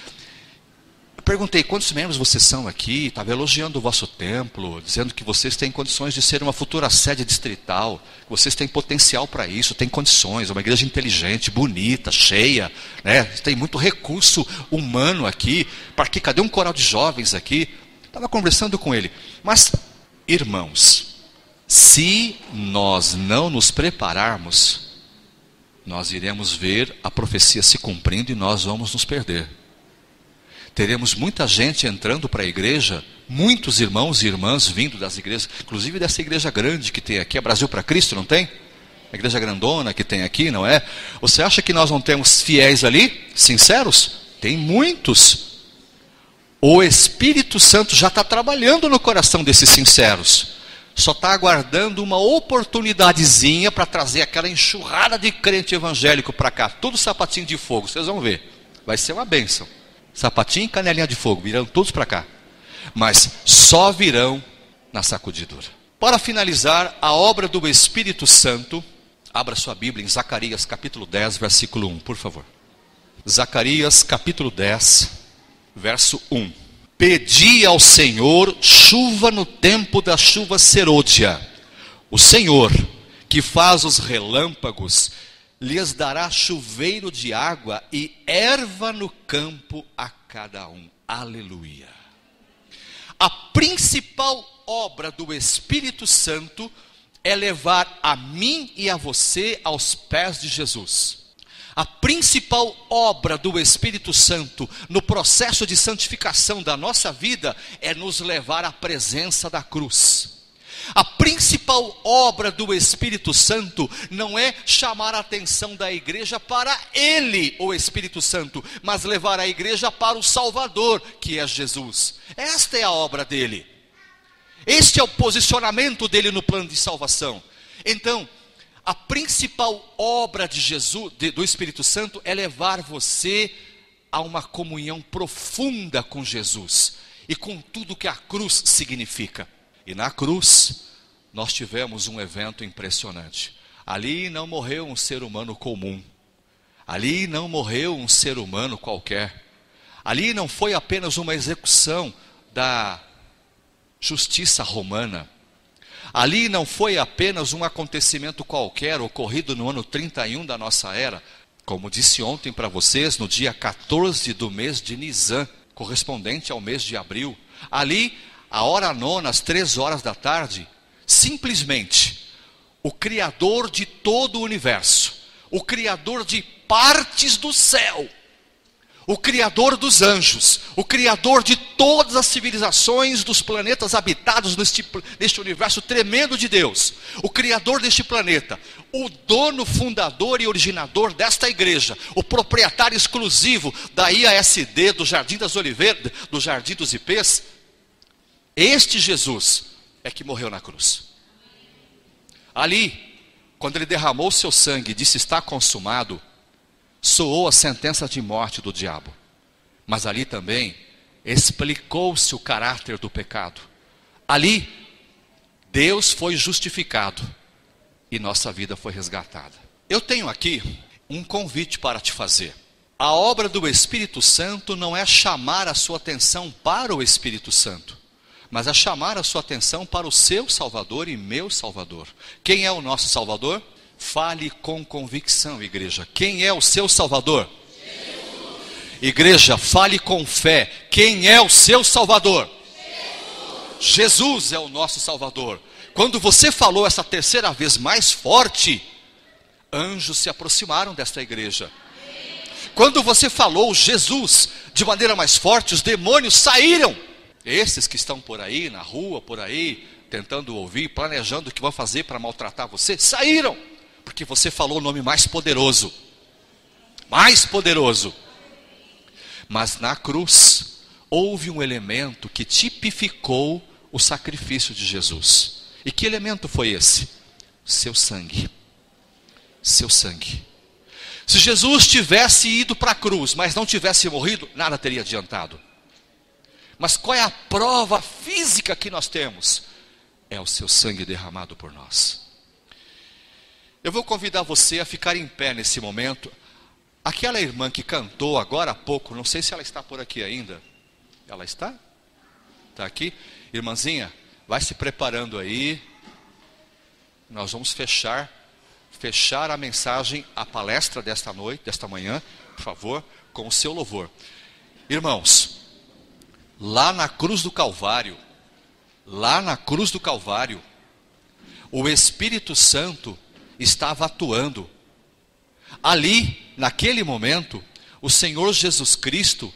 Eu perguntei, quantos membros vocês são aqui? Estava elogiando o vosso templo, dizendo que vocês têm condições de ser uma futura sede distrital, que vocês têm potencial para isso, têm condições, uma igreja inteligente, bonita, cheia, né? Tem muito recurso humano aqui, para que, cadê um coral de jovens aqui? Estava conversando com ele, mas, irmãos, se nós não nos prepararmos, nós iremos ver a profecia se cumprindo e nós vamos nos perder. Teremos muita gente entrando para a igreja, muitos irmãos e irmãs vindo das igrejas, inclusive dessa igreja grande que tem aqui, a Brasil para Cristo, não tem? A igreja grandona que tem aqui, não é? Você acha que nós não temos fiéis ali, sinceros? Tem muitos. O Espírito Santo já está trabalhando no coração desses sinceros. Só está aguardando uma oportunidadezinha para trazer aquela enxurrada de crente evangélico para cá. Tudo sapatinho de fogo, vocês vão ver. Vai ser uma bênção. Sapatinho e canelinha de fogo, virão todos para cá. Mas só virão na sacudidura. Para finalizar, a obra do Espírito Santo, abra sua Bíblia em Zacarias capítulo dez, versículo um, por favor. Zacarias capítulo dez, verso um. Pedi ao Senhor chuva no tempo da chuva serôdia. O Senhor, que faz os relâmpagos, lhes dará chuveiro de água e erva no campo a cada um. Aleluia. A principal obra do Espírito Santo é levar a mim e a você aos pés de Jesus. A principal obra do Espírito Santo no processo de santificação da nossa vida é nos levar à presença da cruz. A principal obra do Espírito Santo não é chamar a atenção da igreja para Ele, o Espírito Santo, mas levar a igreja para o Salvador, que é Jesus. Esta é a obra dele. Este é o posicionamento dele no plano de salvação. Então, a principal obra de Jesus, de, do Espírito Santo, é levar você a uma comunhão profunda com Jesus e com tudo que a cruz significa. E na cruz, nós tivemos um evento impressionante. Ali não morreu um ser humano comum. Ali não morreu um ser humano qualquer. Ali não foi apenas uma execução da justiça romana. Ali não foi apenas um acontecimento qualquer ocorrido no ano trinta e um da nossa era. Como disse ontem para vocês, no dia quatorze do mês de Nisan, correspondente ao mês de abril. Ali, a hora nona, às três horas da tarde, simplesmente, o Criador de todo o universo, o Criador de partes do céu, o Criador dos anjos, o Criador de todas as civilizações dos planetas habitados neste, neste universo tremendo de Deus, o Criador deste planeta, o dono, fundador e originador desta igreja, o proprietário exclusivo da I A S D, do Jardim das Oliveiras, do Jardim dos Ipês. Este Jesus é que morreu na cruz. Ali, quando ele derramou seu sangue e disse está consumado, soou a sentença de morte do diabo. Mas ali também explicou-se o caráter do pecado. Ali, Deus foi justificado e nossa vida foi resgatada. Eu tenho aqui um convite para te fazer. A obra do Espírito Santo não é chamar a sua atenção para o Espírito Santo, mas a chamar a sua atenção para o seu Salvador e meu Salvador. Quem é o nosso Salvador? Fale com convicção, igreja. Quem é o seu Salvador? Jesus. Igreja, fale com fé. Quem é o seu Salvador? Jesus. Jesus é o nosso Salvador. Quando você falou essa terceira vez mais forte, anjos se aproximaram desta igreja. Quando você falou Jesus de maneira mais forte, os demônios saíram. Esses que estão por aí, na rua, por aí, tentando ouvir, planejando o que vão fazer para maltratar você, saíram. Porque você falou o nome mais poderoso. Mais poderoso. Mas na cruz, houve um elemento que tipificou o sacrifício de Jesus. E que elemento foi esse? Seu sangue. Seu sangue. Se Jesus tivesse ido para a cruz, mas não tivesse morrido, nada teria adiantado. Mas qual é a prova física que nós temos? É o seu sangue derramado por nós. Eu vou convidar você a ficar em pé nesse momento. Aquela irmã que cantou agora há pouco, não sei se ela está por aqui ainda. Ela está? Está aqui? Irmãzinha, vai se preparando aí. Nós vamos fechar, fechar a mensagem, a palestra desta noite, desta manhã, por favor, com o seu louvor. Irmãos, lá na cruz do Calvário, lá na cruz do Calvário, o Espírito Santo estava atuando. Ali, naquele momento, o Senhor Jesus Cristo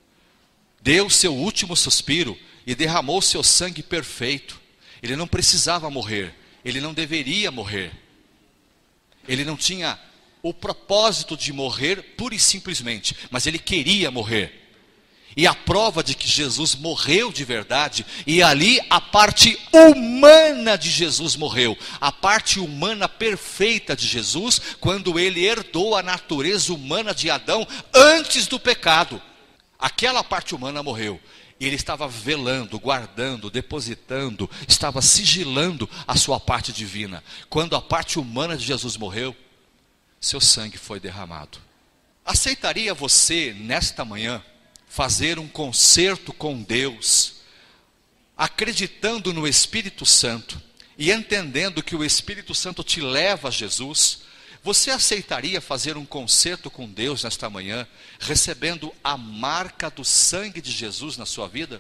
deu seu último suspiro e derramou seu sangue perfeito. Ele não precisava morrer, ele não deveria morrer. Ele não tinha o propósito de morrer pura e simplesmente, mas ele queria morrer. E a prova de que Jesus morreu de verdade, e ali a parte humana de Jesus morreu. A parte humana perfeita de Jesus, quando ele herdou a natureza humana de Adão antes do pecado. Aquela parte humana morreu. E ele estava velando, guardando, depositando, estava sigilando a sua parte divina. Quando a parte humana de Jesus morreu, seu sangue foi derramado. Aceitaria você, nesta manhã, fazer um concerto com Deus, acreditando no Espírito Santo e entendendo que o Espírito Santo te leva a Jesus? Você aceitaria fazer um concerto com Deus nesta manhã, recebendo a marca do sangue de Jesus na sua vida?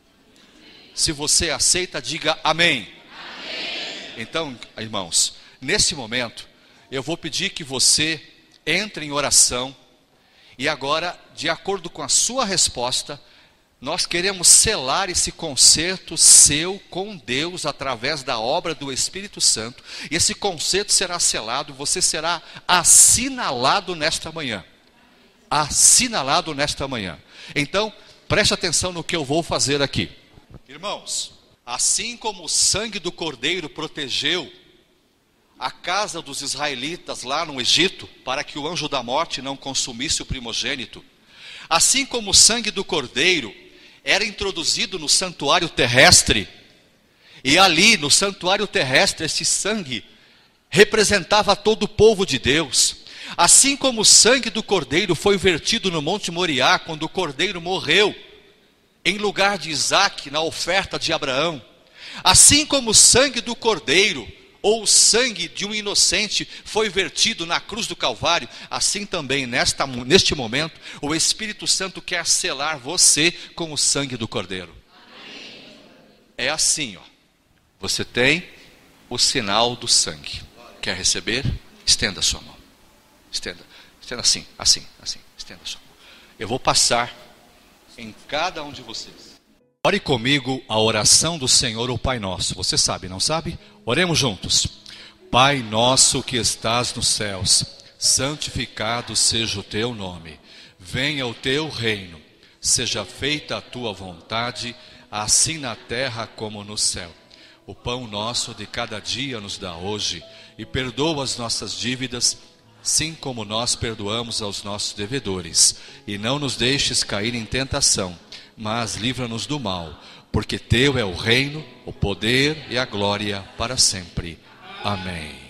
Se você aceita, diga amém. Amém. Então, irmãos, nesse momento, eu vou pedir que você entre em oração. E agora, de acordo com a sua resposta, nós queremos selar esse concerto seu com Deus através da obra do Espírito Santo. E esse concerto será selado, você será assinalado nesta manhã. Assinalado nesta manhã. Então, preste atenção no que eu vou fazer aqui. Irmãos, assim como o sangue do Cordeiro protegeu a casa dos israelitas lá no Egito, para que o anjo da morte não consumisse o primogênito, assim como o sangue do Cordeiro era introduzido no santuário terrestre, e ali no santuário terrestre esse sangue representava todo o povo de Deus, assim como o sangue do Cordeiro foi vertido no Monte Moriá, quando o Cordeiro morreu, em lugar de Isaque, na oferta de Abraão, assim como o sangue do Cordeiro, ou o sangue de um inocente foi vertido na cruz do Calvário, assim também nesta, neste momento, o Espírito Santo quer selar você com o sangue do Cordeiro. Amém. É assim, ó. Você tem o sinal do sangue. Quer receber? Estenda a sua mão. Estenda. Estenda assim, assim, assim. Estenda a sua mão. Eu vou passar em cada um de vocês. Ore comigo a oração do Senhor, o Pai Nosso. Você sabe, não sabe? Oremos juntos. Pai nosso que estás nos céus, santificado seja o teu nome. Venha o teu reino. Seja feita a tua vontade, assim na terra como no céu. O pão nosso de cada dia nos dá hoje, e perdoa as nossas dívidas, assim como nós perdoamos aos nossos devedores. E não nos deixes cair em tentação, mas livra-nos do mal, porque teu é o reino, o poder e a glória para sempre. Amém.